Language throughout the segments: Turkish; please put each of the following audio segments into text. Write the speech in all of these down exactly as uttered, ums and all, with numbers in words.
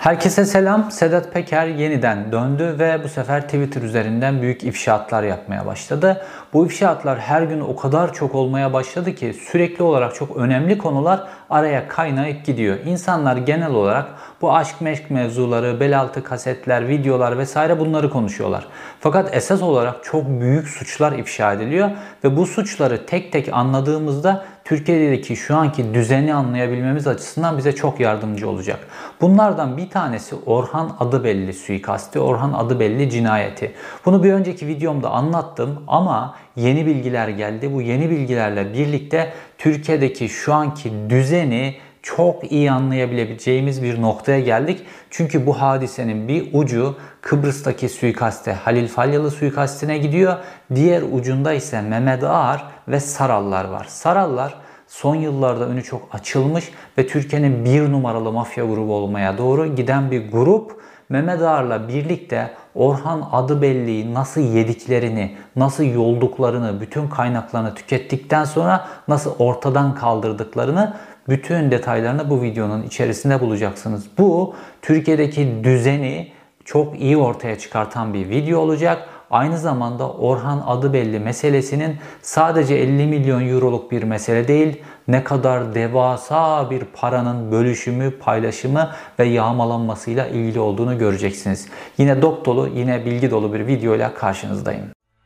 Herkese selam. Sedat Peker yeniden döndü ve bu sefer Twitter üzerinden büyük ifşaatlar yapmaya başladı. Bu ifşaatlar her gün o kadar çok olmaya başladı ki sürekli olarak çok önemli konular araya kaynayıp gidiyor. İnsanlar genel olarak bu aşk meşk mevzuları, bel altı kasetler, videolar vesaire bunları konuşuyorlar. Fakat esas olarak çok büyük suçlar ifşa ediliyor ve bu suçları tek tek anladığımızda Türkiye'deki şu anki düzeni anlayabilmemiz açısından bize çok yardımcı olacak. Bunlardan bir tanesi Orhan Adıbelli suikasti, Orhan Adıbelli cinayeti. Bunu bir önceki videomda anlattım ama yeni bilgiler geldi. Bu yeni bilgilerle birlikte Türkiye'deki şu anki düzeni çok iyi anlayabileceğimiz bir noktaya geldik. Çünkü bu hadisenin bir ucu Kıbrıs'taki suikaste, Halil Falyalı suikastine gidiyor. Diğer ucunda ise Mehmet Ağar ve Sarallar var. Sarallar son yıllarda önü çok açılmış ve Türkiye'nin bir numaralı mafya grubu olmaya doğru giden bir grup. Mehmet Ağar'la birlikte Orhan Adıbelli'yi nasıl yediklerini, nasıl yolduklarını, bütün kaynaklarını tükettikten sonra nasıl ortadan kaldırdıklarını, bütün detaylarını bu videonun içerisinde bulacaksınız. Bu Türkiye'deki düzeni çok iyi ortaya çıkartan bir video olacak. Aynı zamanda Orhan Adıbelli meselesinin sadece elli milyon euroluk bir mesele değil, ne kadar devasa bir paranın bölüşümü, paylaşımı ve yağmalanmasıyla ilgili olduğunu göreceksiniz. Yine dop dolu, yine bilgi dolu bir videoyla karşınızdayım.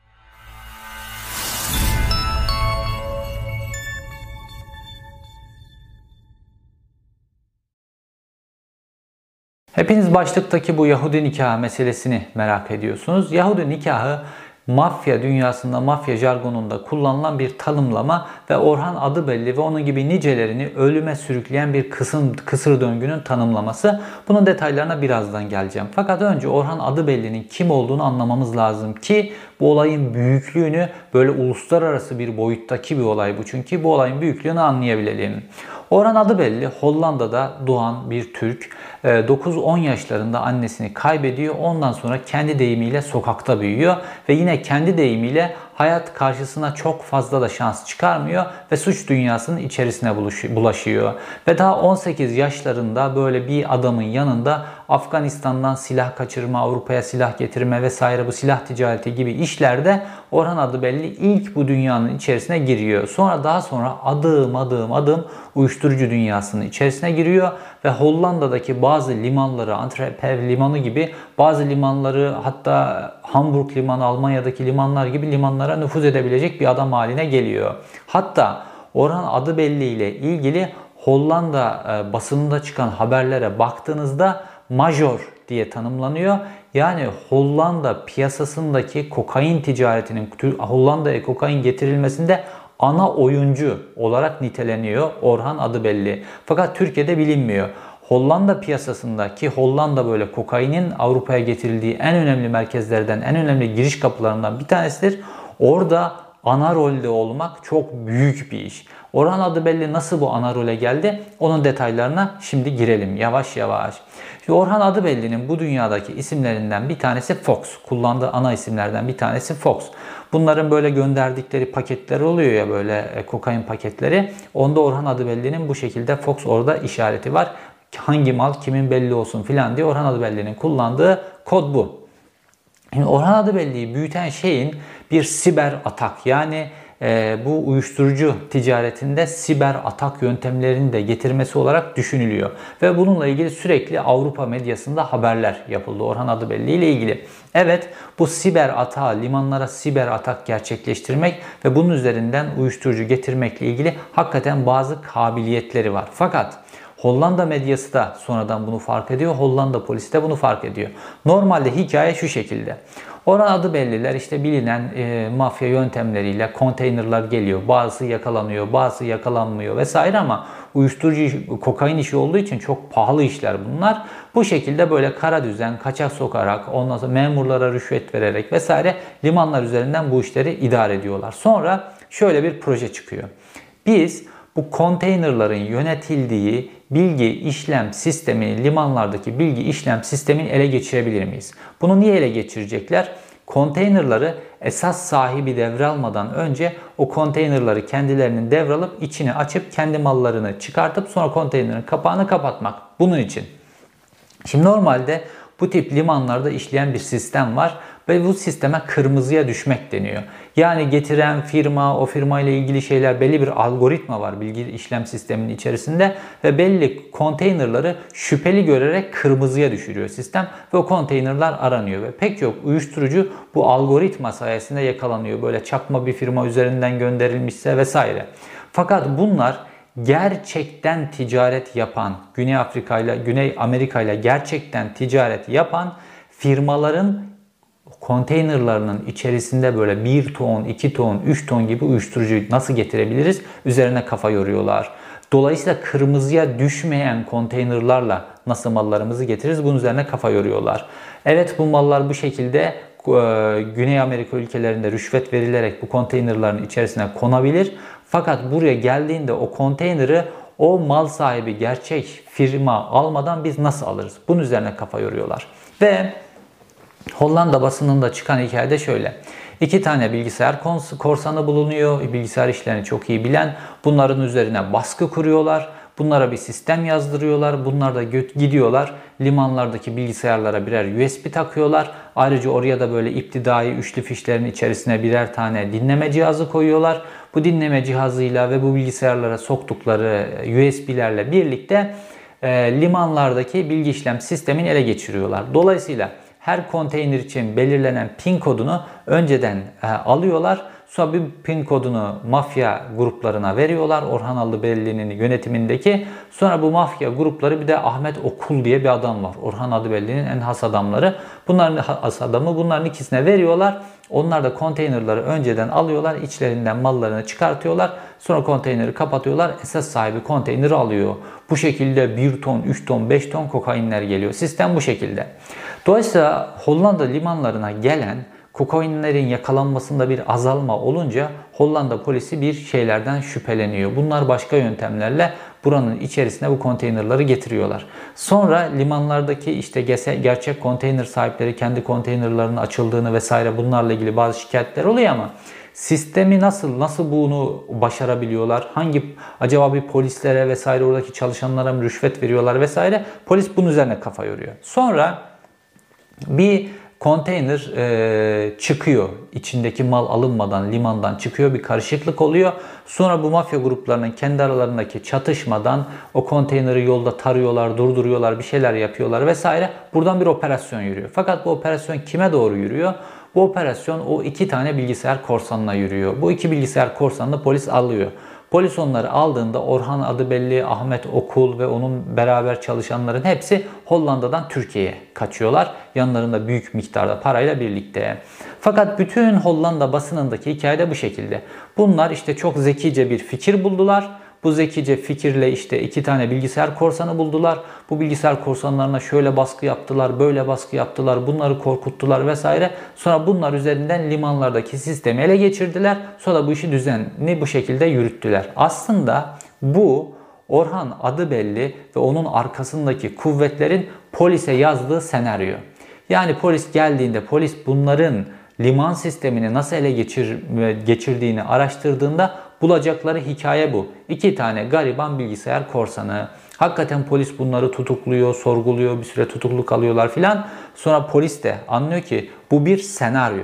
Hepiniz başlıktaki bu Yahudi nikahı meselesini merak ediyorsunuz. Yahudi nikahı mafya dünyasında, mafya jargonunda kullanılan bir tanımlama ve Orhan Adıbelli ve onun gibi nicelerini ölüme sürükleyen bir kısım, kısır döngünün tanımlaması. Bunun detaylarına birazdan geleceğim. Fakat önce Orhan Adıbelli'nin kim olduğunu anlamamız lazım ki bu olayın büyüklüğünü, böyle uluslararası bir boyuttaki bir olay bu çünkü, bu olayın büyüklüğünü anlayabilelim. Orhan Adıbelli Hollanda'da doğan bir Türk. dokuz on yaşlarında annesini kaybediyor. Ondan sonra kendi deyimiyle sokakta büyüyor. Ve yine kendi deyimiyle hayat karşısına çok fazla da şans çıkarmıyor ve suç dünyasının içerisine bulaşıyor. Ve daha on sekiz yaşlarında böyle bir adamın yanında Afganistan'dan silah kaçırma, Avrupa'ya silah getirme vesaire, bu silah ticareti gibi işlerde Orhan Adıbelli ilk bu dünyanın içerisine giriyor. Sonra daha sonra adım adım adım uyuşturucu dünyasının içerisine giriyor ve Hollanda'daki bazı limanları, Antwerp limanı gibi bazı limanları, hatta Hamburg limanı, Almanya'daki limanlar gibi limanlara nüfuz edebilecek bir adam haline geliyor. Hatta Orhan Adıbelli ile ilgili Hollanda basınında çıkan haberlere baktığınızda major diye tanımlanıyor. Yani Hollanda piyasasındaki kokain ticaretinin, Hollanda'ya kokain getirilmesinde ana oyuncu olarak niteleniyor Orhan Adıbelli. Fakat Türkiye'de bilinmiyor. Hollanda piyasasındaki, Hollanda böyle kokainin Avrupa'ya getirildiği en önemli merkezlerden, en önemli giriş kapılarından bir tanesidir. Orada ana rolde olmak çok büyük bir iş. Orhan Adıbelli nasıl bu ana role geldi? Onun detaylarına şimdi girelim yavaş yavaş. Şimdi Orhan Adıbelli'nin bu dünyadaki isimlerinden bir tanesi Fox. Kullandığı ana isimlerden bir tanesi Fox. Bunların böyle gönderdikleri paketler oluyor ya, böyle e, kokain paketleri. Onda Orhan Adıbelli'nin bu şekilde Fox orada işareti var. Hangi mal kimin belli olsun filan diye Orhan Adıbelli'nin kullandığı kod bu. Şimdi Orhan Adıbelli'yi büyüten şeyin bir siber atak, yani e, bu uyuşturucu ticaretinde siber atak yöntemlerini de getirmesi olarak düşünülüyor. Ve bununla ilgili sürekli Avrupa medyasında haberler yapıldı Orhan Adıbelli ile ilgili. Evet, bu siber atağı, limanlara siber atak gerçekleştirmek ve bunun üzerinden uyuşturucu getirmekle ilgili hakikaten bazı kabiliyetleri var. Fakat Hollanda medyası da sonradan bunu fark ediyor. Hollanda polisi de bunu fark ediyor. Normalde hikaye şu şekilde. Orhan Adıbelliler işte bilinen e, mafya yöntemleriyle konteynerlar geliyor. Bazısı yakalanıyor, bazısı yakalanmıyor vesaire ama uyuşturucu, kokain işi olduğu için çok pahalı işler bunlar. Bu şekilde böyle kara düzen, kaçak sokarak, ondan sonra memurlara rüşvet vererek vesaire limanlar üzerinden bu işleri idare ediyorlar. Sonra şöyle bir proje çıkıyor. Biz bu konteynerların yönetildiği bilgi işlem sistemini, limanlardaki bilgi işlem sistemini ele geçirebilir miyiz? Bunu niye ele geçirecekler? Konteynerları esas sahibi devralmadan önce o konteynerları kendilerinin devralıp içini açıp kendi mallarını çıkartıp sonra konteynerin kapağını kapatmak. Bunun için. Şimdi normalde bu tip limanlarda işleyen bir sistem var ve bu sisteme kırmızıya düşmek deniyor. Yani getiren firma, o firma ile ilgili şeyler, belli bir algoritma var bilgi işlem sisteminin içerisinde ve belli konteynerları şüpheli görerek kırmızıya düşürüyor sistem ve o konteynerlar aranıyor ve pek çok uyuşturucu bu algoritma sayesinde yakalanıyor. Böyle çakma bir firma üzerinden gönderilmişse vesaire. Fakat bunlar gerçekten ticaret yapan, Güney Afrika ile Güney Amerika ile gerçekten ticaret yapan firmaların konteynerlarının içerisinde böyle bir ton, iki ton, üç ton gibi uyuşturucuyu nasıl getirebiliriz? Üzerine kafa yoruyorlar. Dolayısıyla kırmızıya düşmeyen konteynerlarla nasıl mallarımızı getiririz? Bunun üzerine kafa yoruyorlar. Evet, bu mallar bu şekilde Güney Amerika ülkelerinde rüşvet verilerek bu konteynerların içerisine konabilir. Fakat buraya geldiğinde o konteyneri o mal sahibi gerçek firma almadan biz nasıl alırız? Bunun üzerine kafa yoruyorlar. Ve Hollanda basınında çıkan hikayede şöyle. İki tane bilgisayar korsanı bulunuyor. Bilgisayar işlerini çok iyi bilen. Bunların üzerine baskı kuruyorlar. Bunlara bir sistem yazdırıyorlar. Bunlar da gidiyorlar. Limanlardaki bilgisayarlara birer U S B takıyorlar. Ayrıca oraya da böyle iptidai üçlü fişlerin içerisine birer tane dinleme cihazı koyuyorlar. Bu dinleme cihazıyla ve bu bilgisayarlara soktukları U S B'lerle birlikte e, limanlardaki bilgi işlem sistemini ele geçiriyorlar. Dolayısıyla her konteyner için belirlenen pin kodunu önceden e, alıyorlar. Sonra bir pin kodunu mafya gruplarına veriyorlar. Orhan Adıbelli'nin yönetimindeki. Sonra bu mafya grupları, bir de Ahmet Okul diye bir adam var. Orhan Adıbelli'nin en has adamları. Bunların has adamı, bunların ikisine veriyorlar. Onlar da konteynerları önceden alıyorlar. İçlerinden mallarını çıkartıyorlar. Sonra konteyneri kapatıyorlar. Esas sahibi konteyneri alıyor. Bu şekilde bir ton, üç ton, beş ton kokainler geliyor. Sistem bu şekilde. Dolayısıyla Hollanda limanlarına gelen kokainlerin yakalanmasında bir azalma olunca Hollanda polisi bir şeylerden şüpheleniyor. Bunlar başka yöntemlerle buranın içerisine bu konteynerları getiriyorlar. Sonra limanlardaki işte gerçek konteyner sahipleri kendi konteynerlarının açıldığını vesaire bunlarla ilgili bazı şikayetler oluyor ama sistemi nasıl nasıl bunu başarabiliyorlar? Hangi acaba bir polislere vesaire oradaki çalışanlara mı rüşvet veriyorlar vesaire? Polis bunun üzerine kafa yoruyor. Sonra bir konteyner e, çıkıyor. İçindeki mal alınmadan limandan çıkıyor. Bir karışıklık oluyor. Sonra bu mafya gruplarının kendi aralarındaki çatışmadan o konteyneri yolda tarıyorlar, durduruyorlar, bir şeyler yapıyorlar vesaire. Buradan bir operasyon yürüyor. Fakat bu operasyon kime doğru yürüyor? Bu operasyon o iki tane bilgisayar korsanına yürüyor. Bu iki bilgisayar korsanını polis alıyor. Polis onları aldığında Orhan Adıbelli, Ahmet Okul ve onun beraber çalışanların hepsi Hollanda'dan Türkiye'ye kaçıyorlar. Yanlarında büyük miktarda parayla birlikte. Fakat bütün Hollanda basınındaki hikaye de bu şekilde. Bunlar işte çok zekice bir fikir buldular. Bu zekice fikirle işte iki tane bilgisayar korsanı buldular. Bu bilgisayar korsanlarına şöyle baskı yaptılar, böyle baskı yaptılar, bunları korkuttular vesaire. Sonra bunlar üzerinden limanlardaki sistemi ele geçirdiler. Sonra bu işi düzenli bu şekilde yürüttüler. Aslında bu Orhan Adıbelli ve onun arkasındaki kuvvetlerin polise yazdığı senaryo. Yani polis geldiğinde polis bunların liman sistemini nasıl ele geçir, geçirdiğini araştırdığında bulacakları hikaye bu. İki tane gariban bilgisayar korsanı. Hakikaten polis bunları tutukluyor, sorguluyor, bir süre tutukluk alıyorlar filan. Sonra polis de anlıyor ki bu bir senaryo.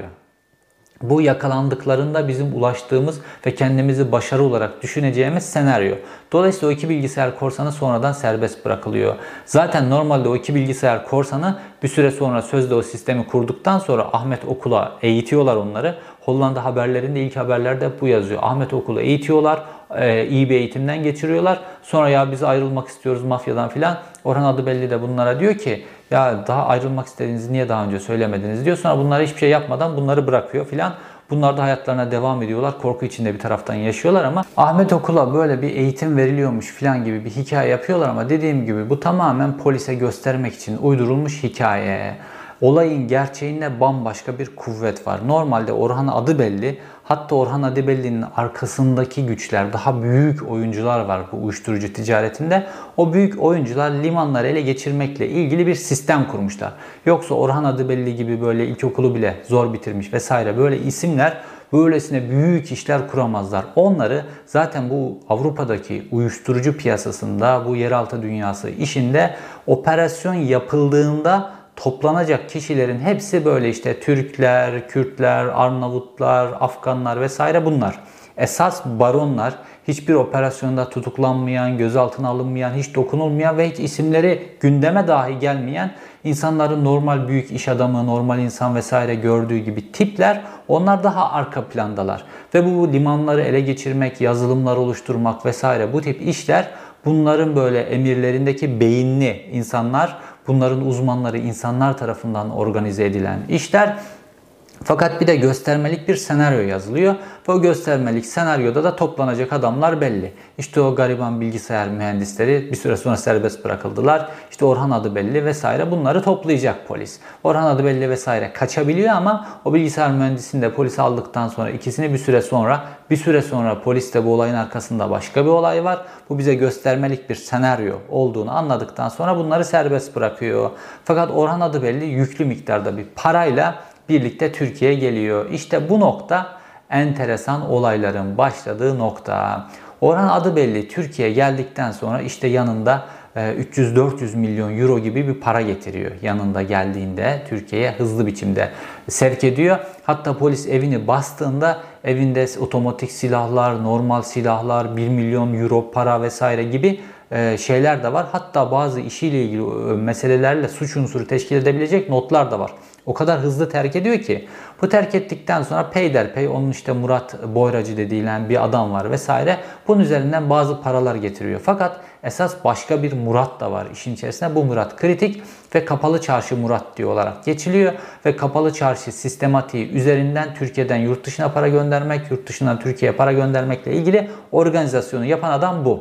Bu yakalandıklarında bizim ulaştığımız ve kendimizi başarı olarak düşüneceğimiz senaryo. Dolayısıyla o iki bilgisayar korsanı sonradan serbest bırakılıyor. Zaten normalde o iki bilgisayar korsanı bir süre sonra sözde o sistemi kurduktan sonra Ahmet Okul'a eğitiyorlar onları. Hollanda haberlerinde ilk haberlerde bu yazıyor. Ahmet Okul'u eğitiyorlar, iyi bir eğitimden geçiriyorlar. Sonra ya biz ayrılmak istiyoruz mafyadan filan. Orhan Adıbelli de bunlara diyor ki ya daha ayrılmak istediğinizi niye daha önce söylemediniz diyor. Sonra bunlar hiçbir şey yapmadan bunları bırakıyor filan. Bunlar da hayatlarına devam ediyorlar. Korku içinde bir taraftan yaşıyorlar ama Ahmet Okul'a böyle bir eğitim veriliyormuş filan gibi bir hikaye yapıyorlar ama dediğim gibi bu tamamen polise göstermek için uydurulmuş hikaye. Olayın gerçeğinde bambaşka bir kuvvet var. Normalde Orhan Adıbelli, hatta Orhan Adıbelli'nin arkasındaki güçler, daha büyük oyuncular var bu uyuşturucu ticaretinde. O büyük oyuncular limanları ele geçirmekle ilgili bir sistem kurmuşlar. Yoksa Orhan Adıbelli gibi böyle ilkokulu bile zor bitirmiş vesaire böyle isimler böylesine büyük işler kuramazlar. Onları zaten bu Avrupa'daki uyuşturucu piyasasında, bu yeraltı dünyası işinde operasyon yapıldığında toplanacak kişilerin hepsi böyle işte Türkler, Kürtler, Arnavutlar, Afganlar vesaire bunlar. Esas baronlar, hiçbir operasyonda tutuklanmayan, gözaltına alınmayan, hiç dokunulmayan ve hiç isimleri gündeme dahi gelmeyen insanların normal büyük iş adamı, normal insan vesaire gördüğü gibi tipler, onlar daha arka plandalar. Ve bu limanları ele geçirmek, yazılımlar oluşturmak vesaire bu tip işler bunların böyle emirlerindeki beyinli insanlar, bunların uzmanları insanlar tarafından organize edilen işler. Fakat bir de göstermelik bir senaryo yazılıyor ve o göstermelik senaryoda da toplanacak adamlar belli. İşte o gariban bilgisayar mühendisleri bir süre sonra serbest bırakıldılar. İşte Orhan Adıbelli vesaire bunları toplayacak polis. Orhan Adıbelli vesaire kaçabiliyor ama o bilgisayar mühendisini de polis aldıktan sonra ikisini bir süre sonra bir süre sonra polis de bu olayın arkasında başka bir olay var. Bu bize göstermelik bir senaryo olduğunu anladıktan sonra bunları serbest bırakıyor. Fakat Orhan Adıbelli yüklü miktarda bir parayla birlikte Türkiye'ye geliyor. İşte bu nokta enteresan olayların başladığı nokta. Orhan Adıbelli Türkiye'ye geldikten sonra işte yanında üç yüz dört yüz milyon euro gibi bir para getiriyor. Yanında geldiğinde Türkiye'ye hızlı biçimde sevk ediyor. Hatta polis evini bastığında evinde otomatik silahlar, normal silahlar, bir milyon euro para vesaire gibi şeyler de var. Hatta bazı işiyle ilgili meselelerle suç unsuru teşkil edebilecek notlar da var. O kadar hızlı terk ediyor ki bu terk ettikten sonra peyderpey onun işte Murat Boyracı dediğilen bir adam var vesaire. Bunun üzerinden bazı paralar getiriyor. Fakat esas başka bir Murat da var işin içerisinde. Bu Murat kritik ve Kapalı Çarşı Murat diye olarak geçiliyor. Ve Kapalı Çarşı sistematiği üzerinden Türkiye'den yurt dışına para göndermek, yurt dışından Türkiye'ye para göndermekle ilgili organizasyonu yapan adam bu.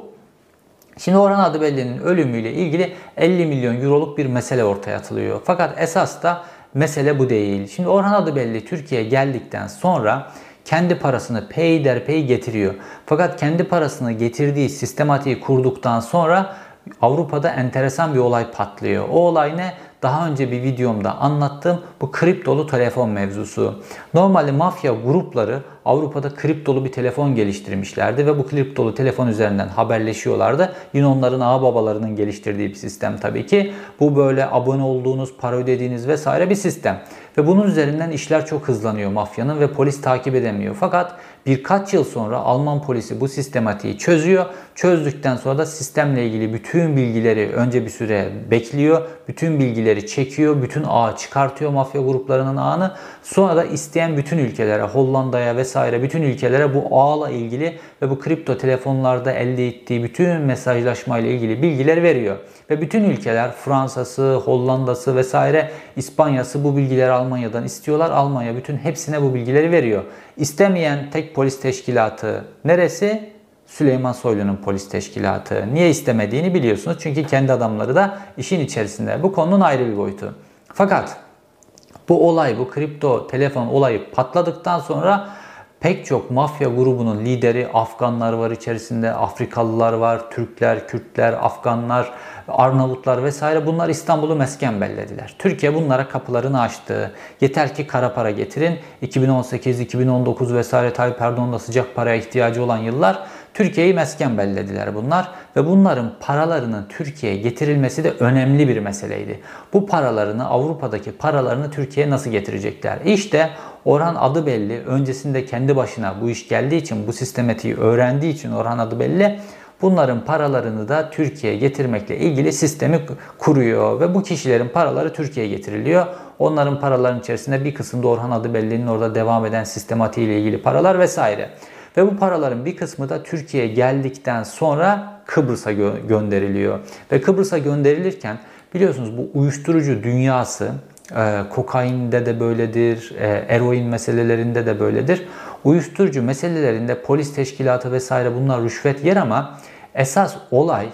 Şimdi Orhan Adıbelli'nin ölümüyle ilgili elli milyon euroluk bir mesele ortaya atılıyor. Fakat esas da mesele bu değil. Şimdi Orhan Adıbelli Türkiye'ye geldikten sonra kendi parasını peyderpey getiriyor. Fakat kendi parasını getirdiği sistematiği kurduktan sonra Avrupa'da enteresan bir olay patlıyor. O olay ne? Daha önce bir videomda anlattığım bu kriptolu telefon mevzusu. Normalde mafya grupları Avrupa'da kriptolu bir telefon geliştirmişlerdi ve bu kriptolu telefon üzerinden haberleşiyorlardı. Yine onların ağababalarının geliştirdiği bir sistem tabii ki. Bu böyle abone olduğunuz, para ödediğiniz vesaire bir sistem. Ve bunun üzerinden işler çok hızlanıyor mafyanın ve polis takip edemiyor. Fakat birkaç yıl sonra Alman polisi bu sistematiği çözüyor. Çözdükten sonra da sistemle ilgili bütün bilgileri önce bir süre bekliyor. Bütün bilgileri çekiyor. Bütün ağı çıkartıyor mafya gruplarının ağını. Sonra da isteyen bütün ülkelere, Hollanda'ya vesaire bütün ülkelere bu ağla ilgili ve bu kripto telefonlarda elde ettiği bütün mesajlaşmayla ilgili bilgileri veriyor. Ve bütün ülkeler Fransa'sı, Hollanda'sı vesaire İspanya'sı bu bilgileri Almanya'dan istiyorlar. Almanya bütün hepsine bu bilgileri veriyor. İstemeyen tek polis teşkilatı neresi? Süleyman Soylu'nun polis teşkilatı. Niye istemediğini biliyorsunuz. Çünkü kendi adamları da işin içerisinde. Bu konunun ayrı bir boyutu. Fakat bu olay, bu kripto telefon olayı patladıktan sonra pek çok mafya grubunun lideri Afganlar var içerisinde, Afrikalılar var, Türkler, Kürtler, Afganlar, Arnavutlar vesaire bunlar İstanbul'u mesken bellediler. Türkiye bunlara kapılarını açtı. Yeter ki kara para getirin. iki bin on sekiz, iki bin on dokuz vesaire Tayyip Erdoğan'da sıcak paraya ihtiyacı olan yıllar Türkiye'yi mesken bellediler bunlar ve bunların paralarının Türkiye'ye getirilmesi de önemli bir meseleydi. Bu paralarını, Avrupa'daki paralarını Türkiye'ye nasıl getirecekler? İşte Orhan Adıbelli öncesinde kendi başına bu iş geldiği için, bu sistematiği öğrendiği için Orhan Adıbelli bunların paralarını da Türkiye'ye getirmekle ilgili sistemi kuruyor ve bu kişilerin paraları Türkiye'ye getiriliyor. Onların paraların içerisinde bir kısmı da Orhan Adıbelli'nin orada devam eden sistematiği ile ilgili paralar vesaire. Ve bu paraların bir kısmı da Türkiye'ye geldikten sonra Kıbrıs'a gö- gönderiliyor. Ve Kıbrıs'a gönderilirken biliyorsunuz bu uyuşturucu dünyası, e, kokainde de böyledir, e, eroin meselelerinde de böyledir. Uyuşturucu meselelerinde polis teşkilatı vesaire bunlar rüşvet yer ama esas olay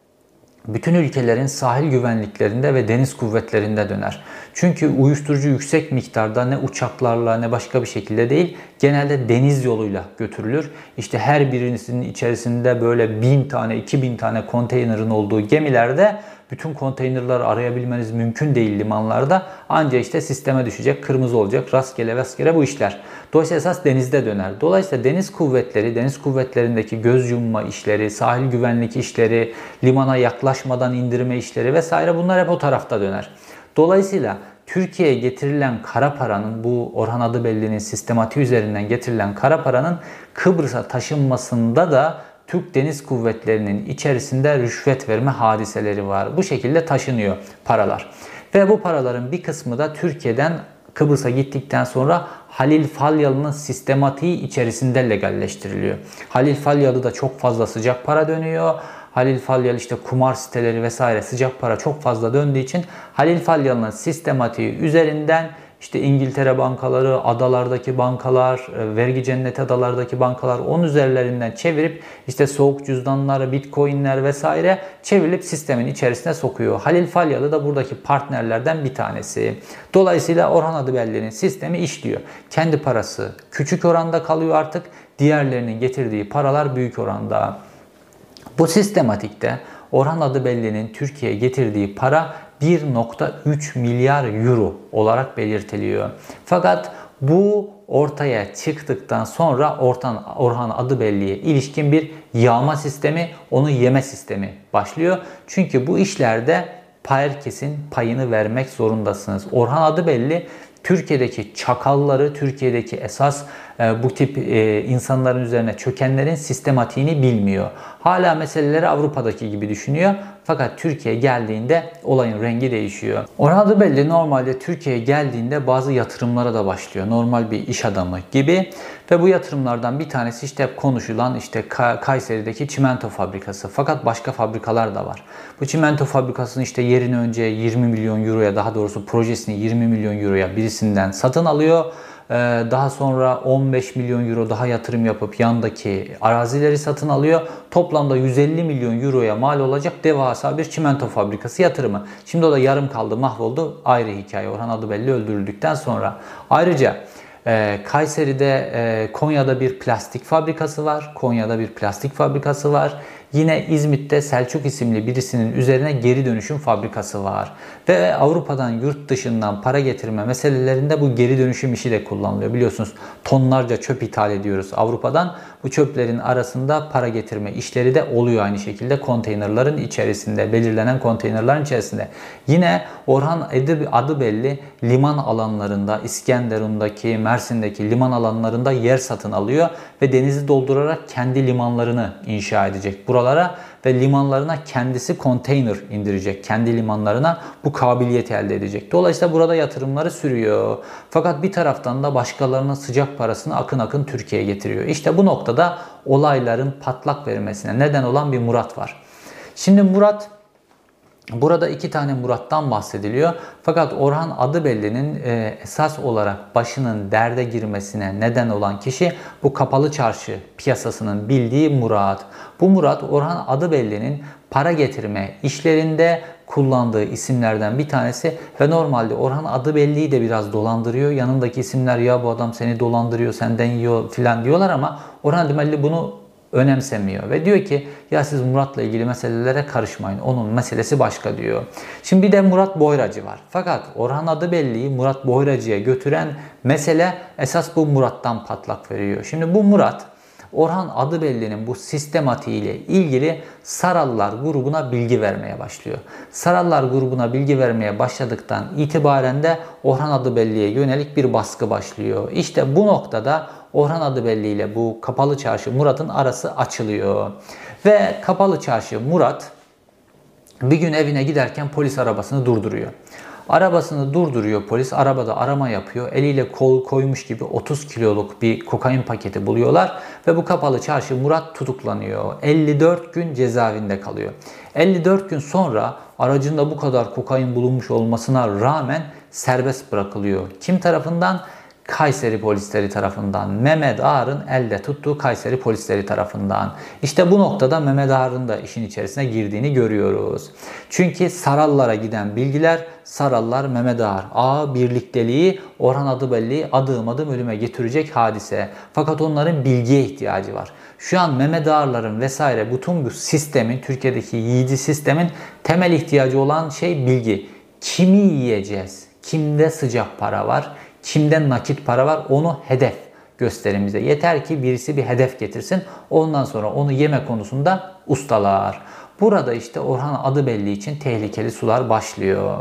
bütün ülkelerin sahil güvenliklerinde ve deniz kuvvetlerinde döner. Çünkü uyuşturucu yüksek miktarda ne uçaklarla ne başka bir şekilde değil, genelde deniz yoluyla götürülür. İşte her birisinin içerisinde böyle bin tane, iki bin tane konteynerin olduğu gemilerde bütün konteynerları arayabilmeniz mümkün değil limanlarda. Anca işte sisteme düşecek, kırmızı olacak, rastgele rastgele bu işler. Dolayısıyla esas denizde döner. Dolayısıyla deniz kuvvetleri, deniz kuvvetlerindeki göz yumma işleri, sahil güvenlik işleri, limana yaklaşmadan indirme işleri vesaire bunlar hep o tarafta döner. Dolayısıyla Türkiye'ye getirilen kara paranın, bu Orhan Adıbelli'nin sistematiği üzerinden getirilen kara paranın Kıbrıs'a taşınmasında da Türk Deniz Kuvvetleri'nin içerisinde rüşvet verme hadiseleri var. Bu şekilde taşınıyor paralar. Ve bu paraların bir kısmı da Türkiye'den Kıbrıs'a gittikten sonra Halil Falyalı'nın sistematiği içerisinde legalleştiriliyor. Halil Falyalı da çok fazla sıcak para dönüyor. Halil Falyalı işte kumar siteleri vesaire sıcak para çok fazla döndüğü için Halil Falyalı'nın sistematiği üzerinden işte İngiltere bankaları, adalardaki bankalar, vergi cenneti adalardaki bankalar onun üzerlerinden çevirip işte soğuk cüzdanlar, bitcoinler vesaire çevrilip sistemin içerisine sokuyor. Halil Falyalı da buradaki partnerlerden bir tanesi. Dolayısıyla Orhan Adıbelli'nin sistemi işliyor. Kendi parası küçük oranda kalıyor artık. Diğerlerinin getirdiği paralar büyük oranda. Bu sistematikte Orhan Adıbelli'nin Türkiye'ye getirdiği para bir nokta üç milyar euro olarak belirtiliyor. Fakat bu ortaya çıktıktan sonra Orhan, Orhan Adıbelli'ye ilişkin bir yağma sistemi, onu yeme sistemi başlıyor. Çünkü bu işlerde herkesin payını vermek zorundasınız. Orhan Adıbelli Türkiye'deki çakalları, Türkiye'deki esas e, bu tip e, insanların üzerine çökenlerin sistematiğini bilmiyor. Hala meseleleri Avrupa'daki gibi düşünüyor. Fakat Türkiye'ye geldiğinde olayın rengi değişiyor. Orhan Adıbelli normalde Türkiye'ye geldiğinde bazı yatırımlara da başlıyor. Normal bir iş adamı gibi. Ve bu yatırımlardan bir tanesi işte hep konuşulan işte Kayseri'deki çimento fabrikası. Fakat başka fabrikalar da var. Bu çimento fabrikasının işte yerini önce yirmi milyon euroya, daha doğrusu projesini yirmi milyon euroya birisinden satın alıyor. Daha sonra on beş milyon euro daha yatırım yapıp yandaki arazileri satın alıyor. Toplamda yüz elli milyon euroya mal olacak devasa bir çimento fabrikası yatırımı. Şimdi o da yarım kaldı, mahvoldu. Ayrı hikaye. Orhan Adıbelli öldürüldükten sonra. Ayrıca Kayseri'de, Konya'da bir plastik fabrikası var. Konya'da bir plastik fabrikası var. Yine İzmit'te Selçuk isimli birisinin üzerine geri dönüşüm fabrikası var. Ve Avrupa'dan, yurt dışından para getirme meselelerinde bu geri dönüşüm işi de kullanılıyor. Biliyorsunuz tonlarca çöp ithal ediyoruz Avrupa'dan. Bu çöplerin arasında para getirme işleri de oluyor aynı şekilde konteynerların içerisinde, belirlenen konteynerların içerisinde. Yine Orhan Adıbelli liman alanlarında, İskenderun'daki, Mersin'deki liman alanlarında yer satın alıyor ve denizi doldurarak kendi limanlarını inşa edecek buralara ve limanlarına kendisi konteyner indirecek. Kendi limanlarına bu kabiliyeti elde edecek. Dolayısıyla burada yatırımları sürüyor. Fakat bir taraftan da başkalarının sıcak parasını akın akın Türkiye'ye getiriyor. İşte bu noktada olayların patlak vermesine neden olan bir Murat var. Şimdi Murat, burada iki tane Murat'tan bahsediliyor. Fakat Orhan Adıbelli'nin e, esas olarak başının derde girmesine neden olan kişi bu kapalı çarşı piyasasının bildiği Murat. Bu Murat Orhan Adıbelli'nin para getirme işlerinde kullandığı isimlerden bir tanesi ve normalde Orhan Adıbelli'yi de biraz dolandırıyor. Yanındaki isimler ya bu adam seni dolandırıyor, senden yiyor filan diyorlar ama Orhan Adıbelli bunu önemsemiyor ve diyor ki ya siz Murat'la ilgili meselelere karışmayın. Onun meselesi başka diyor. Şimdi bir de Murat Boyracı var. Fakat Orhan Adıbelli'yi Murat Boyracı'ya götüren mesele esas bu Murat'tan patlak veriyor. Şimdi bu Murat Orhan Adıbelli'nin bu sistematiğiyle ilgili Sarallar grubuna bilgi vermeye başlıyor. Sarallar grubuna bilgi vermeye başladıktan itibaren de Orhan Adıbelli'ye yönelik bir baskı başlıyor. İşte bu noktada Orhan Adıbelli ile bu Kapalı Çarşı Murat'ın arası açılıyor. Ve Kapalı Çarşı Murat bir gün evine giderken polis arabasını durduruyor. Arabasını durduruyor polis. Arabada arama yapıyor. Eliyle kol koymuş gibi otuz kiloluk bir kokain paketi buluyorlar. Ve bu Kapalı Çarşı Murat tutuklanıyor. elli dört gün cezaevinde kalıyor. elli dört gün sonra aracında bu kadar kokain bulunmuş olmasına rağmen serbest bırakılıyor. Kim tarafından? Kayseri polisleri tarafından, Mehmet Ağar'ın elde tuttuğu Kayseri polisleri tarafından. İşte bu noktada Mehmet Ağar'ın da işin içerisine girdiğini görüyoruz. Çünkü Sarallara giden bilgiler, Sarallar Mehmet Ağar, ağa birlikteliği, Orhan Adıbelli'yi adım adım ölüme getirecek hadise. Fakat onların bilgiye ihtiyacı var. Şu an Mehmet Ağar'ların vesaire bütün bu sistemin, Türkiye'deki yiğidi sistemin temel ihtiyacı olan şey bilgi. Kimi yiyeceğiz? Kimde sıcak para var? Kimden nakit para var? Onu hedef gösterin bize. Yeter ki birisi bir hedef getirsin. Ondan sonra onu yeme konusunda ustalar. Burada işte Orhan Adıbelli için tehlikeli sular başlıyor.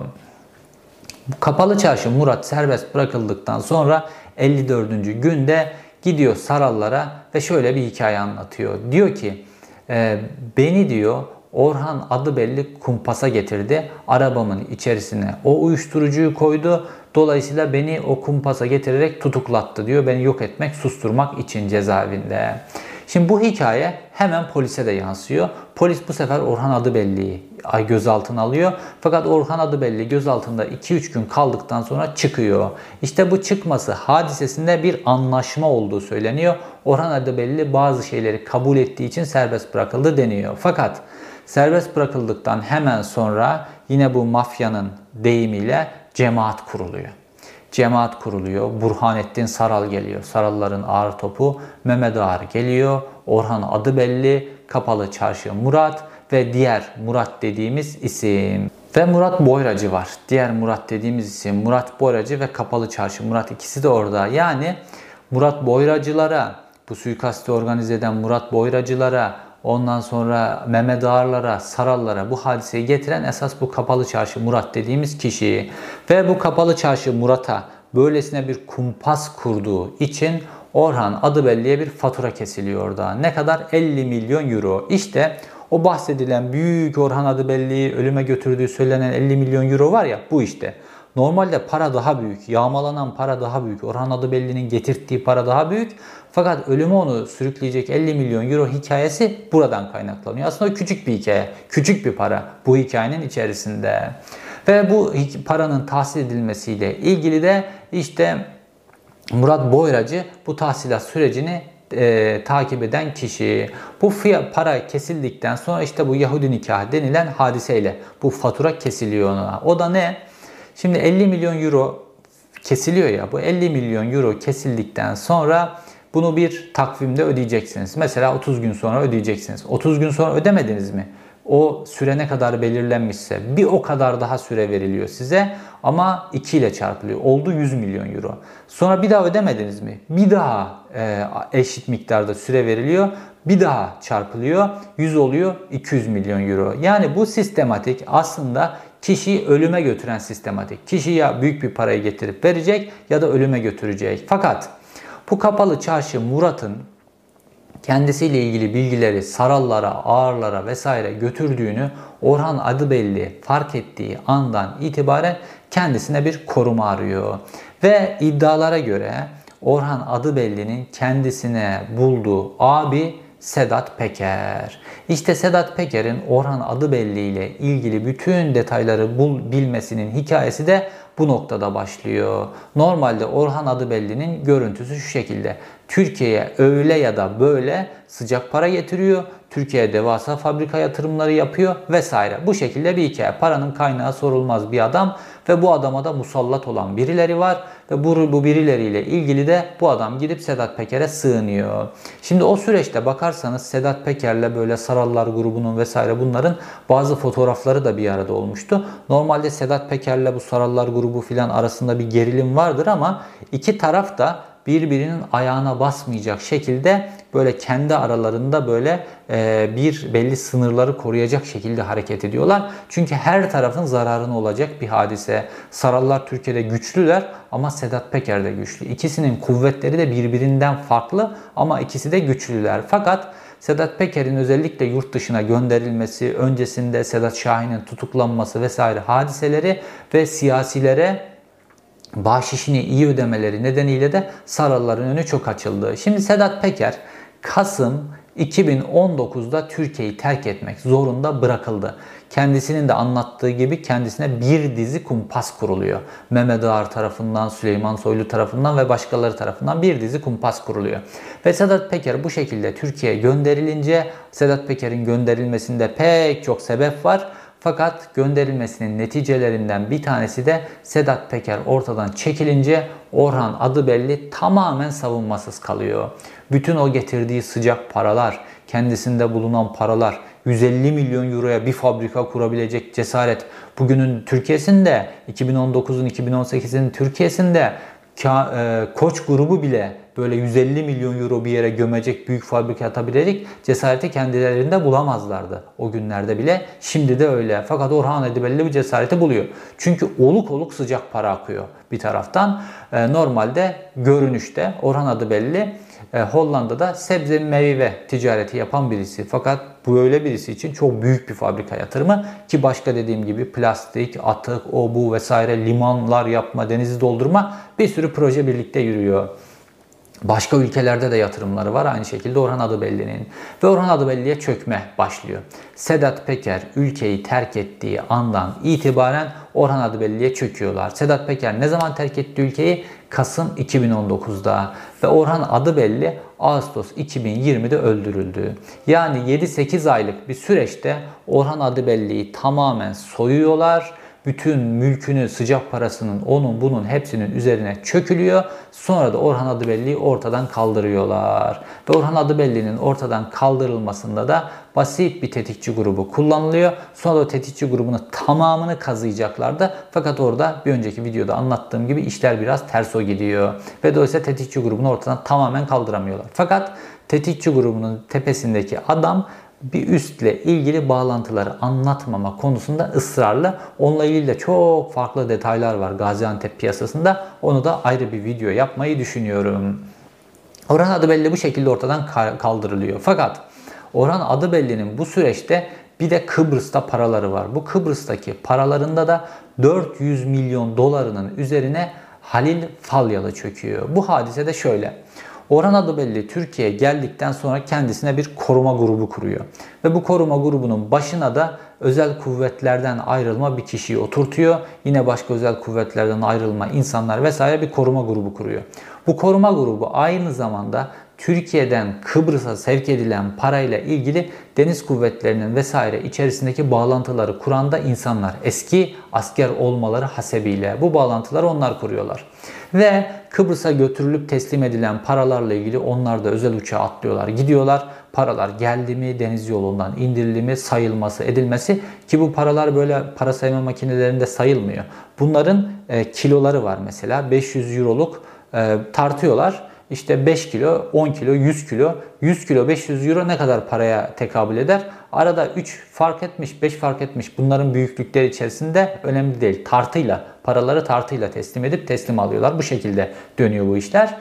Kapalı Çarşı Murat serbest bırakıldıktan sonra elli dördüncü günde gidiyor Sarallara ve şöyle bir hikaye anlatıyor. Diyor ki e, beni diyor Orhan Adıbelli kumpasa getirdi. Arabamın içerisine o uyuşturucuyu koydu. Dolayısıyla beni o kumpasa getirerek tutuklattı diyor. Beni yok etmek, susturmak için cezaevinde. Şimdi bu hikaye hemen polise de yansıyor. Polis bu sefer Orhan Adıbelli'yi gözaltına alıyor. Fakat Orhan Adıbelli gözaltında iki üç gün kaldıktan sonra çıkıyor. İşte bu çıkması hadisesinde bir anlaşma olduğu söyleniyor. Orhan Adıbelli bazı şeyleri kabul ettiği için serbest bırakıldı deniyor. Fakat serbest bırakıldıktan hemen sonra yine bu mafyanın deyimiyle cemaat kuruluyor. Cemaat kuruluyor. Burhanettin Saral geliyor. Saralların ağır topu Mehmet Ağar geliyor. Orhan Adıbelli, Kapalı Çarşı Murat ve diğer Murat dediğimiz isim. Ve Murat Boyracı var. Diğer Murat dediğimiz isim Murat Boyracı ve Kapalı Çarşı Murat, ikisi de orada. Yani Murat Boyracılara, bu suikasti organize eden Murat Boyracılara, ondan sonra Mehmet Ağar'lara, Sarallara bu hadiseyi getiren esas bu Kapalı Çarşı Murat dediğimiz kişi. Ve bu Kapalı Çarşı Murat'a böylesine bir kumpas kurduğu için Orhan Adıbelli'ye bir fatura kesiliyor orada. Ne kadar? elli milyon euro. İşte o bahsedilen büyük Orhan Adıbelli'yi ölüme götürdüğü söylenen elli milyon euro var ya, bu işte. Normalde para daha büyük, yağmalanan para daha büyük, Orhan Adıbelli'nin getirdiği para daha büyük. Fakat ölüme onu sürükleyecek elli milyon euro hikayesi buradan kaynaklanıyor. Aslında küçük bir hikaye, küçük bir para bu hikayenin içerisinde. Ve bu paranın tahsil edilmesiyle ilgili de işte Murat Boyracı bu tahsilat sürecini e, takip eden kişi. Bu fiyat, para kesildikten sonra işte bu Yahudi nikahı denilen hadiseyle bu fatura kesiliyor ona. O da ne? Şimdi elli milyon euro kesiliyor ya, bu elli milyon euro kesildikten sonra bunu bir takvimde ödeyeceksiniz. Mesela otuz gün sonra ödeyeceksiniz. otuz gün sonra ödemediniz mi? O süre ne kadar belirlenmişse bir o kadar daha süre veriliyor size ama iki ile çarpılıyor. Oldu yüz milyon euro. Sonra bir daha ödemediniz mi? Bir daha e, eşit miktarda süre veriliyor. Bir daha çarpılıyor. yüz oluyor, iki yüz milyon euro. Yani bu sistematik aslında kişiyi ölüme götüren sistematik. Kişi ya büyük bir parayı getirip verecek ya da ölüme götürecek. Fakat bu Kapalı Çarşı Murat'ın kendisiyle ilgili bilgileri Sarallara, Ağarlara vesaire götürdüğünü Orhan Adıbelli fark ettiği andan itibaren kendisine bir koruma arıyor. Ve iddialara göre Orhan Adıbelli'nin kendisine bulduğu abi Sedat Peker. İşte Sedat Peker'in Orhan Adıbelli ile ilgili bütün detayları bul, bilmesinin hikayesi de bu noktada başlıyor. Normalde Orhan Adıbelli'nin görüntüsü şu şekilde. Türkiye'ye öyle ya da böyle sıcak para getiriyor. Türkiye'ye devasa fabrika yatırımları yapıyor vesaire. Bu şekilde bir hikaye. Paranın kaynağı sorulmaz bir adam ve bu adama da musallat olan birileri var ve bu, bu birileriyle ilgili de bu adam gidip Sedat Peker'e sığınıyor. Şimdi o süreçte bakarsanız Sedat Peker'le böyle Sarallar grubunun vesaire bunların bazı fotoğrafları da bir arada olmuştu. Normalde Sedat Peker'le bu Sarallar grubu filan arasında bir gerilim vardır ama iki taraf da birbirinin ayağına basmayacak şekilde böyle kendi aralarında böyle e, bir belli sınırları koruyacak şekilde hareket ediyorlar. Çünkü her tarafın zararına olacak bir hadise. Sarallar Türkiye'de güçlüler ama Sedat Peker de güçlü. İkisinin kuvvetleri de birbirinden farklı ama ikisi de güçlüler. Fakat Sedat Peker'in özellikle yurt dışına gönderilmesi, öncesinde Sedat Şahin'in tutuklanması vesaire hadiseleri ve siyasilere bahşişini iyi ödemeleri nedeniyle de Saralların önü çok açıldı. Şimdi Sedat Peker Kasım iki bin on dokuzda Türkiye'yi terk etmek zorunda bırakıldı. kendisinin de anlattığı gibi kendisine bir dizi kumpas kuruluyor. Mehmet Ağar tarafından, Süleyman Soylu tarafından ve başkaları tarafından bir dizi kumpas kuruluyor. Ve Sedat Peker bu şekilde Türkiye'ye gönderilince, Sedat Peker'in gönderilmesinde pek çok sebep var. Fakat gönderilmesinin neticelerinden bir tanesi de Sedat Peker ortadan çekilince Orhan Adıbelli tamamen savunmasız kalıyor. Bütün o getirdiği sıcak paralar, kendisinde bulunan paralar, yüz elli milyon euroya bir fabrika kurabilecek cesaret, bugünün Türkiye'sinde, iki bin on dokuzun iki bin on sekizin Türkiye'sinde Koç grubu bile böyle yüz elli milyon euro bir yere gömecek, büyük fabrika atabilecek cesareti kendilerinde bulamazlardı o günlerde bile. Şimdi de öyle. Fakat Orhan Adıbelli bu cesareti buluyor. Çünkü oluk oluk sıcak para akıyor bir taraftan. Normalde görünüşte Orhan Adıbelli Hollanda'da sebze meyve ticareti yapan birisi. Fakat bu öyle birisi için çok büyük bir fabrika yatırımı ki başka dediğim gibi plastik, atık, o bu vesaire, limanlar yapma, denizi doldurma, bir sürü proje birlikte yürüyor. Başka ülkelerde de yatırımları var aynı şekilde Orhan Adıbelli'nin. Ve Orhan Adıbelli'ye çökme başlıyor. Sedat Peker ülkeyi terk ettiği andan itibaren Orhan Adıbelli'ye çöküyorlar. Sedat Peker ne zaman terk etti ülkeyi? Kasım iki bin on dokuzda. Ve Orhan Adıbelli Ağustos iki bin yirmide öldürüldü. Yani yedi sekiz aylık bir süreçte Orhan Adıbelli'yi tamamen soyuyorlar. Bütün mülkünü, sıcak parasının, onun bunun hepsinin üzerine çökülüyor. Sonra da Orhan Adıbelli'yi ortadan kaldırıyorlar. Ve Orhan Adıbelli'nin ortadan kaldırılmasında da basit bir tetikçi grubu kullanılıyor. Sonra da tetikçi grubunun tamamını kazıyacaklardı. Fakat orada bir önceki videoda anlattığım gibi işler biraz ters o gidiyor. Ve dolayısıyla tetikçi grubunu ortadan tamamen kaldıramıyorlar. Fakat tetikçi grubunun tepesindeki adam bir üstle ilgili bağlantıları anlatmama konusunda ısrarlı. Onunla ilgili de çok farklı detaylar var Gaziantep piyasasında. Onu da ayrı bir video yapmayı düşünüyorum. Orhan Adıbelli bu şekilde ortadan kaldırılıyor. Fakat Orhan Adıbelli'nin bu süreçte bir de Kıbrıs'ta paraları var. Bu Kıbrıs'taki paralarında da dört yüz milyon dolarının üzerine Halil Falyalı çöküyor. Bu hadise de şöyle. Orhan Adıbelli Türkiye'ye geldikten sonra kendisine bir koruma grubu kuruyor. Ve bu koruma grubunun başına da özel kuvvetlerden ayrılma bir kişiyi oturtuyor. Yine başka özel kuvvetlerden ayrılma insanlar vesaire bir koruma grubu kuruyor. Bu koruma grubu aynı zamanda Türkiye'den Kıbrıs'a sevk edilen parayla ilgili deniz kuvvetlerinin vesaire içerisindeki bağlantıları kuran da insanlar. Eski asker olmaları hasebiyle bu bağlantıları onlar kuruyorlar. Ve Kıbrıs'a götürülüp teslim edilen paralarla ilgili onlar da özel uçağa atlıyorlar, gidiyorlar. Paralar geldi mi, deniz yolundan indirildi mi, sayılması, edilmesi ki bu paralar böyle para sayma makinelerinde sayılmıyor. Bunların e, kiloları var mesela beş yüz euroluk e, tartıyorlar. İşte beş kilo, on kilo, yüz kilo, yüz kilo beş yüz euro ne kadar paraya tekabül eder? Arada üç fark etmiş, beş fark etmiş. Bunların büyüklükleri içerisinde önemli değil. Tartıyla, paraları tartıyla teslim edip teslim alıyorlar. Bu şekilde dönüyor bu işler.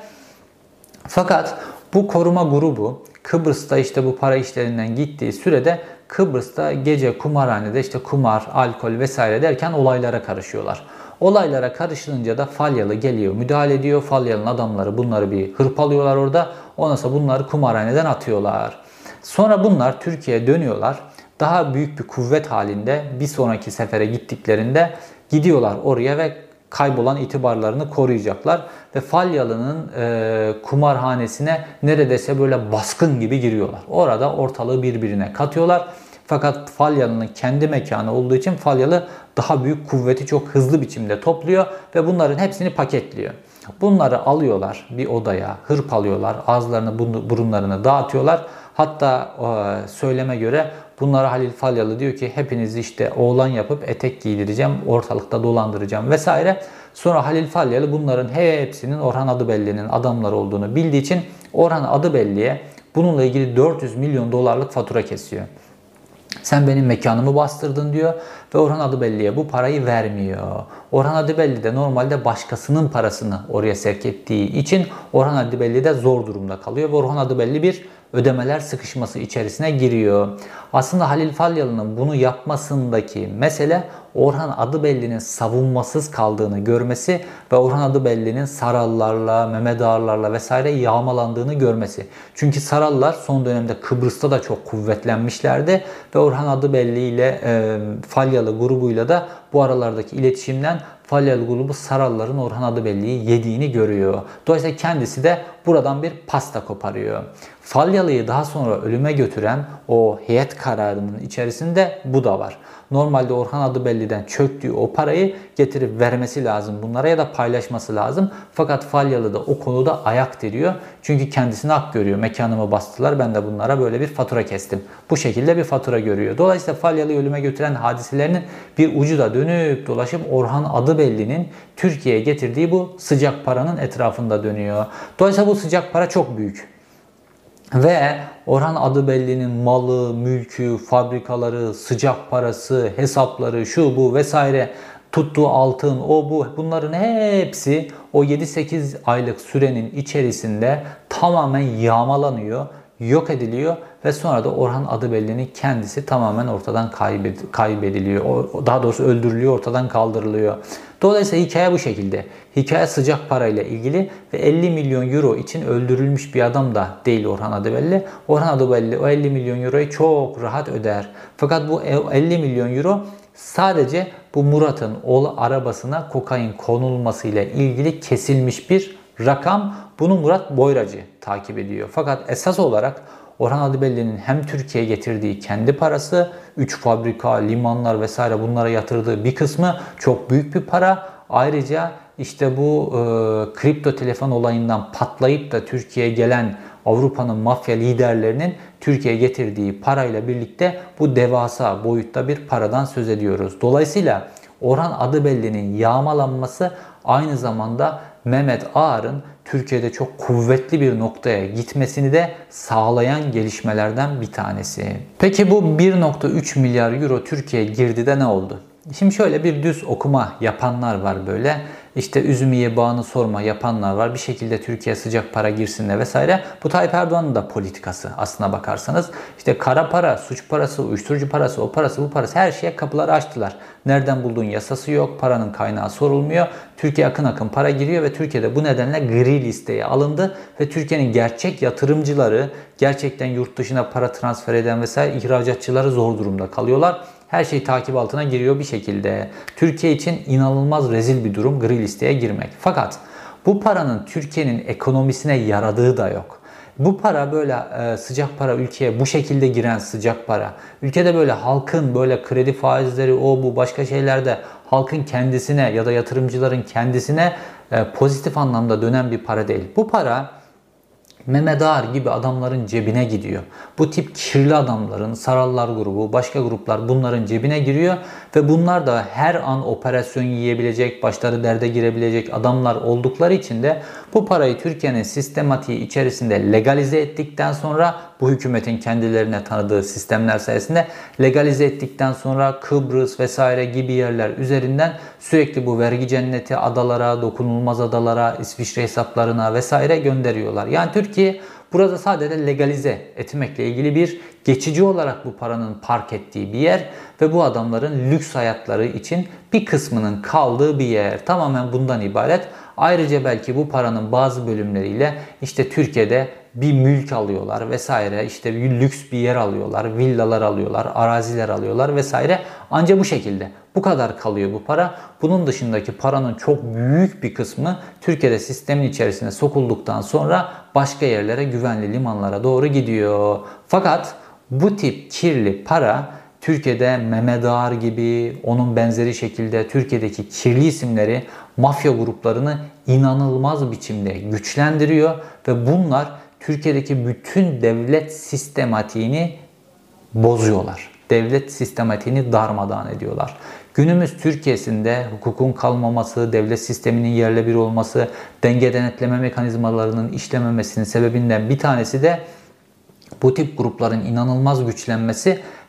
Fakat bu koruma grubu Kıbrıs'ta işte bu para işlerinden gittiği sürede Kıbrıs'ta gece kumarhanede işte kumar, alkol vesaire derken olaylara karışıyorlar. Olaylara karışılınca da Falyalı geliyor, müdahale ediyor. Falyalı'nın adamları bunları bir hırpalıyorlar orada. Ondan sonra bunları kumarhaneden atıyorlar. Sonra bunlar Türkiye'ye dönüyorlar. Daha büyük bir kuvvet halinde bir sonraki sefere gittiklerinde gidiyorlar oraya ve kaybolan itibarlarını koruyacaklar. Ve Falyalı'nın e, kumarhanesine neredeyse böyle baskın gibi giriyorlar. Orada ortalığı birbirine katıyorlar. Fakat Falyalı'nın kendi mekanı olduğu için Falyalı daha büyük kuvveti çok hızlı biçimde topluyor ve bunların hepsini paketliyor. Bunları alıyorlar bir odaya, hırpalıyorlar, ağızlarını, burunlarını dağıtıyorlar. Hatta e, söyleme göre bunlara Halil Falyalı diyor ki hepinizi işte oğlan yapıp etek giydireceğim, ortalıkta dolandıracağım vesaire. Sonra Halil Falyalı bunların hepsinin Orhan Adıbelli'nin adamları olduğunu bildiği için Orhan Adıbelli'ye bununla ilgili dört yüz milyon dolarlık fatura kesiyor. Sen benim mekanımı bastırdın diyor ve Orhan Adıbelli'ye bu parayı vermiyor. Orhan Adıbelli de normalde başkasının parasını oraya sevk ettiği için Orhan Adıbelli de zor durumda kalıyor ve Orhan Adıbelli bir ödemeler sıkışması içerisine giriyor. Aslında Halil Falyalı'nın bunu yapmasındaki mesele Orhan Adıbelli'nin savunmasız kaldığını görmesi ve Orhan Adıbelli'nin Sarallarla, Mehmet Ağarlarla vesaire yağmalandığını görmesi. Çünkü Sarallar son dönemde Kıbrıs'ta da çok kuvvetlenmişlerdi ve Orhan Adıbelli ile e, Falyalı grubuyla da bu aralardaki iletişimden Falyalı grubu Saralların Orhan Adıbelli'yi yediğini görüyor. Dolayısıyla kendisi de buradan bir pasta koparıyor. Falyalı'yı daha sonra ölüme götüren o heyet kararının içerisinde bu da var. Normalde Orhan Adıbelli'den çöktüğü o parayı getirip vermesi lazım bunlara ya da paylaşması lazım. Fakat Falyalı da o konuda ayak diriyor. Çünkü kendisine hak görüyor. Mekanımı bastılar, ben de bunlara böyle bir fatura kestim. Bu şekilde bir fatura görüyor. Dolayısıyla Falyalı'yı ölüme götüren hadiselerinin bir ucu da dönüp dolaşıp Orhan Adıbelli'nin Türkiye'ye getirdiği bu sıcak paranın etrafında dönüyor. Dolayısıyla bu sıcak para çok büyük. Ve Orhan Adıbelli'nin malı, mülkü, fabrikaları, sıcak parası, hesapları, şu bu vesaire, tuttuğu altın, o bu, bunların hepsi o yedi sekiz aylık sürenin içerisinde tamamen yağmalanıyor, yok ediliyor ve sonra da Orhan Adıbelli'nin kendisi tamamen ortadan kaybediliyor. Daha doğrusu öldürülüyor, ortadan kaldırılıyor. Dolayısıyla hikaye bu şekilde. Hikaye sıcak parayla ilgili ve elli milyon euro için öldürülmüş bir adam da değil Orhan Adıbelli. Orhan Adıbelli o elli milyon euroyu çok rahat öder. Fakat bu elli milyon euro sadece bu Murat'ın oğlu arabasına kokain konulmasıyla ilgili kesilmiş bir rakam. Bunu Murat Boyracı takip ediyor. Fakat esas olarak Orhan Adıbelli'nin hem Türkiye'ye getirdiği kendi parası, üç fabrika, limanlar vesaire bunlara yatırdığı bir kısmı çok büyük bir para. Ayrıca işte bu e, kripto telefon olayından patlayıp da Türkiye'ye gelen Avrupa'nın mafya liderlerinin Türkiye'ye getirdiği parayla birlikte bu devasa boyutta bir paradan söz ediyoruz. Dolayısıyla Orhan Adıbelli'nin yağmalanması aynı zamanda Mehmet Ağar'ın Türkiye'de çok kuvvetli bir noktaya gitmesini de sağlayan gelişmelerden bir tanesi. Peki bu bir nokta üç milyar euro Türkiye'ye girdi de ne oldu? Şimdi şöyle bir düz okuma yapanlar var böyle. İşte üzümü ye bağını sorma yapanlar var. Bir şekilde Türkiye sıcak para girsin de vesaire. Bu Tayyip Erdoğan'ın da politikası aslına bakarsanız. İşte kara para, suç parası, uyuşturucu parası, o parası, bu parası her şeye kapıları açtılar. Nereden bulduğun yasası yok. Paranın kaynağı sorulmuyor. Türkiye akın akın para giriyor ve Türkiye'de bu nedenle gri listeye alındı. Ve Türkiye'nin gerçek yatırımcıları, gerçekten yurt dışına para transfer eden vesaire ihracatçıları zor durumda kalıyorlar. Her şey takip altına giriyor bir şekilde. Türkiye için inanılmaz rezil bir durum gri listeye girmek. Fakat bu paranın Türkiye'nin ekonomisine yaradığı da yok. Bu para böyle e, sıcak para ülkeye bu şekilde giren sıcak para. Ülkede böyle halkın böyle kredi faizleri o bu başka şeylerde halkın kendisine ya da yatırımcıların kendisine e, pozitif anlamda dönen bir para değil. Bu para Mehmet Ağar gibi adamların cebine gidiyor. Bu tip kirli adamların, Sarallar grubu, başka gruplar bunların cebine giriyor ve bunlar da her an operasyon yiyebilecek, başları derde girebilecek adamlar oldukları için de bu parayı Türkiye'nin sistematiği içerisinde legalize ettikten sonra bu hükümetin kendilerine tanıdığı sistemler sayesinde legalize ettikten sonra Kıbrıs vesaire gibi yerler üzerinden sürekli bu vergi cenneti adalara, dokunulmaz adalara, İsviçre hesaplarına vesaire gönderiyorlar. Yani Türkiye burada sadece legalize etmekle ilgili bir geçici olarak bu paranın park ettiği bir yer ve bu adamların lüks hayatları için bir kısmının kaldığı bir yer. Tamamen bundan ibaret. Ayrıca belki bu paranın bazı bölümleriyle işte Türkiye'de bir mülk alıyorlar vesaire, işte bir lüks bir yer alıyorlar, villalar alıyorlar, araziler alıyorlar vesaire. Ancak bu şekilde bu kadar kalıyor bu para. Bunun dışındaki paranın çok büyük bir kısmı Türkiye'de sistemin içerisine sokulduktan sonra başka yerlere, güvenli limanlara doğru gidiyor. Fakat bu tip kirli para Türkiye'de Mehmet Ağar gibi onun benzeri şekilde Türkiye'deki kirli isimleri, mafya gruplarını inanılmaz biçimde güçlendiriyor ve bunlar Türkiye'deki bütün devlet sistematiğini bozuyorlar. Devlet sistematiğini darmadağın ediyorlar. Günümüz Türkiye'sinde hukukun kalmaması, devlet sisteminin yerle bir olması, denge denetleme mekanizmalarının işlememesinin sebebinden bir tanesi de bu tip grupların inanılmaz güçlenmesi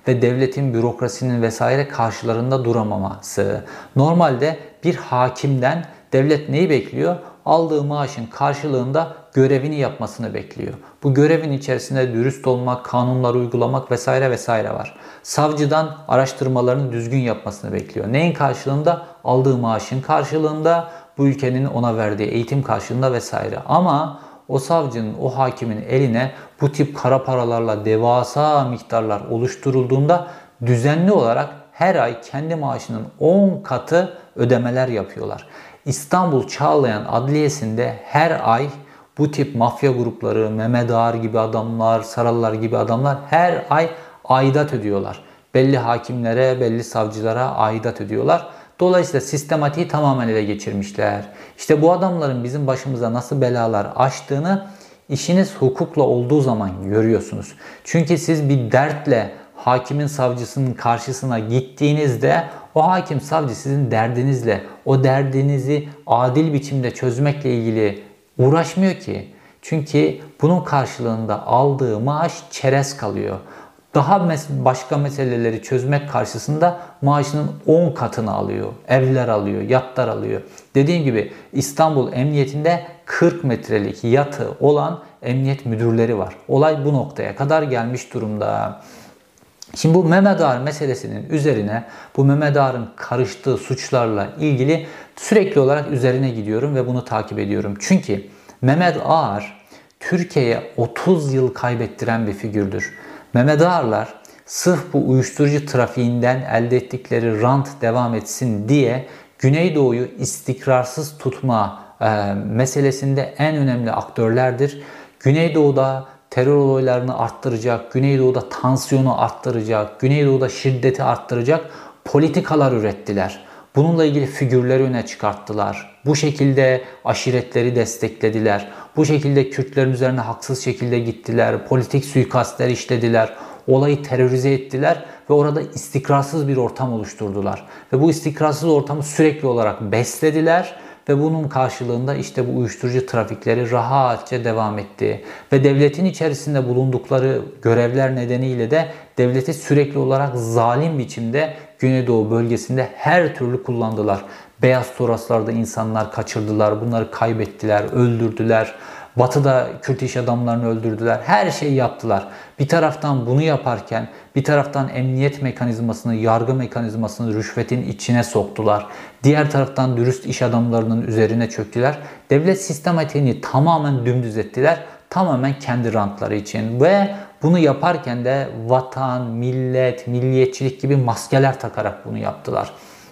ve devletin, bürokrasinin vesaire karşılarında duramaması. Normalde bir hakimden devlet neyi bekliyor? Aldığı maaşın karşılığında görevini yapmasını bekliyor. Bu görevin içerisinde dürüst olmak, kanunları uygulamak vesaire vesaire var. Savcıdan araştırmalarını düzgün yapmasını bekliyor. Neyin karşılığında? Aldığı maaşın karşılığında, bu ülkenin ona verdiği eğitim karşılığında vesaire. Ama o savcının, o hakimin eline bu tip kara paralarla devasa miktarlar oluşturulduğunda düzenli olarak her ay kendi maaşının on katı ödemeler yapıyorlar. İstanbul Çağlayan Adliyesi'nde her ay bu tip mafya grupları, Mehmet Ağar gibi adamlar, Sarallar gibi adamlar her ay aidat ödüyorlar. Belli hakimlere, belli savcılara aidat ödüyorlar. Dolayısıyla sistematiği tamamen ele geçirmişler. İşte bu adamların bizim başımıza nasıl belalar açtığını işiniz hukukla olduğu zaman görüyorsunuz. Çünkü siz bir dertle hakimin, savcısının karşısına gittiğinizde o hakim, savcı sizin derdinizle, o derdinizi adil biçimde çözmekle ilgili uğraşmıyor ki. Çünkü bunun karşılığında aldığı maaş çerez kalıyor. Daha mes- başka meseleleri çözmek karşısında maaşının on katını alıyor. Evler alıyor, yatlar alıyor. Dediğim gibi İstanbul Emniyetinde kırk metrelik yatı olan emniyet müdürleri var. Olay bu noktaya kadar gelmiş durumda. Şimdi bu Mehmet Ağar meselesinin üzerine, bu Mehmet Ağar'ın karıştığı suçlarla ilgili sürekli olarak üzerine gidiyorum ve bunu takip ediyorum. Çünkü Mehmet Ağar Türkiye'ye otuz yıl kaybettiren bir figürdür. Mehmet Ağarlar sırf bu uyuşturucu trafiğinden elde ettikleri rant devam etsin diye Güneydoğu'yu istikrarsız tutma e, meselesinde en önemli aktörlerdir. Güneydoğu'da terör olaylarını arttıracak, Güneydoğu'da tansiyonu arttıracak, Güneydoğu'da şiddeti arttıracak politikalar ürettiler. Bununla ilgili figürleri öne çıkarttılar. Bu şekilde aşiretleri desteklediler. Bu şekilde Kürtlerin üzerine haksız şekilde gittiler. Politik suikastler işlediler. Olayı terörize ettiler ve orada istikrarsız bir ortam oluşturdular. Ve bu istikrarsız ortamı sürekli olarak beslediler. Ve bunun karşılığında işte bu uyuşturucu trafikleri rahatça devam etti. Ve devletin içerisinde bulundukları görevler nedeniyle de devleti sürekli olarak zalim biçimde Güneydoğu bölgesinde her türlü kullandılar. Beyaz Toroslarda insanlar kaçırdılar, bunları kaybettiler, öldürdüler. Batı'da Kürt iş adamlarını öldürdüler. Her şeyi yaptılar. Bir taraftan bunu yaparken bir taraftan emniyet mekanizmasını, yargı mekanizmasını rüşvetin içine soktular. Diğer taraftan dürüst iş adamlarının üzerine çöktüler. Devlet sistematiğini tamamen dümdüz ettiler. Tamamen kendi rantları için ve bunu yaparken de vatan, millet, milliyetçilik gibi maskeler takarak bunu yaptılar.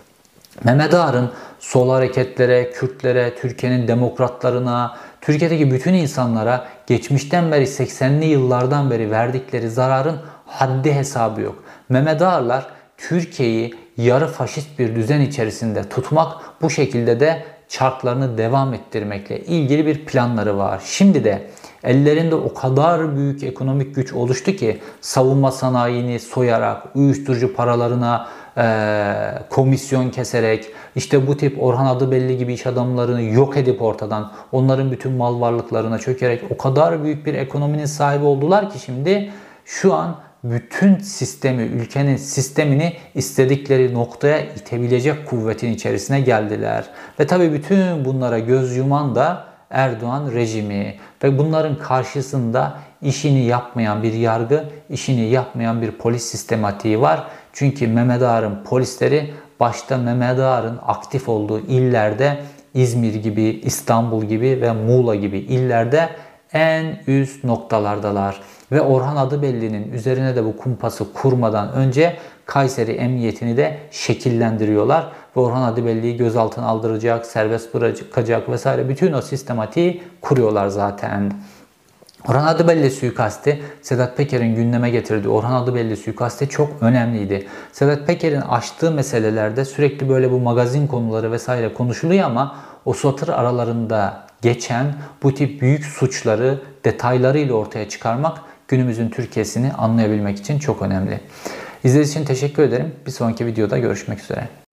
Mehmet Ağar'ın sol hareketlere, Kürtlere, Türkiye'nin demokratlarına, Türkiye'deki bütün insanlara geçmişten beri seksenli yıllardan beri verdikleri zararın haddi hesabı yok. Mehmet Ağarlar Türkiye'yi yarı faşist bir düzen içerisinde tutmak, bu şekilde de çarklarını devam ettirmekle ilgili bir planları var. Şimdi de ellerinde o kadar büyük ekonomik güç oluştu ki savunma sanayini soyarak, uyuşturucu paralarına e, komisyon keserek, işte bu tip Orhan Adıbelli gibi iş adamlarını yok edip ortadan onların bütün mal varlıklarına çökerek o kadar büyük bir ekonominin sahibi oldular ki şimdi şu an bütün sistemi, ülkenin sistemini istedikleri noktaya itebilecek kuvvetin içerisine geldiler. Ve tabii bütün bunlara göz yuman da Erdoğan rejimi ve bunların karşısında işini yapmayan bir yargı, işini yapmayan bir polis sistematiği var. Çünkü Mehmet Ağar'ın polisleri başta Mehmet Ağar'ın aktif olduğu illerde İzmir gibi, İstanbul gibi ve Muğla gibi illerde en üst noktalardalar. Ve Orhan Adıbelli'nin üzerine de bu kumpası kurmadan önce Kayseri Emniyetini de şekillendiriyorlar. Ve Orhan Adıbelli'yi gözaltına aldıracak, serbest bırakacak vesaire bütün o sistematiği kuruyorlar zaten. Orhan Adıbelli suikasti, Sedat Peker'in gündeme getirdiği Orhan Adıbelli suikasti çok önemliydi. Sedat Peker'in açtığı meselelerde sürekli böyle bu magazin konuları vesaire konuşuluyor ama o satır aralarında geçen bu tip büyük suçları detaylarıyla ortaya çıkarmak günümüzün Türkiye'sini anlayabilmek için çok önemli. İzlediğiniz için teşekkür ederim. Bir sonraki videoda görüşmek üzere.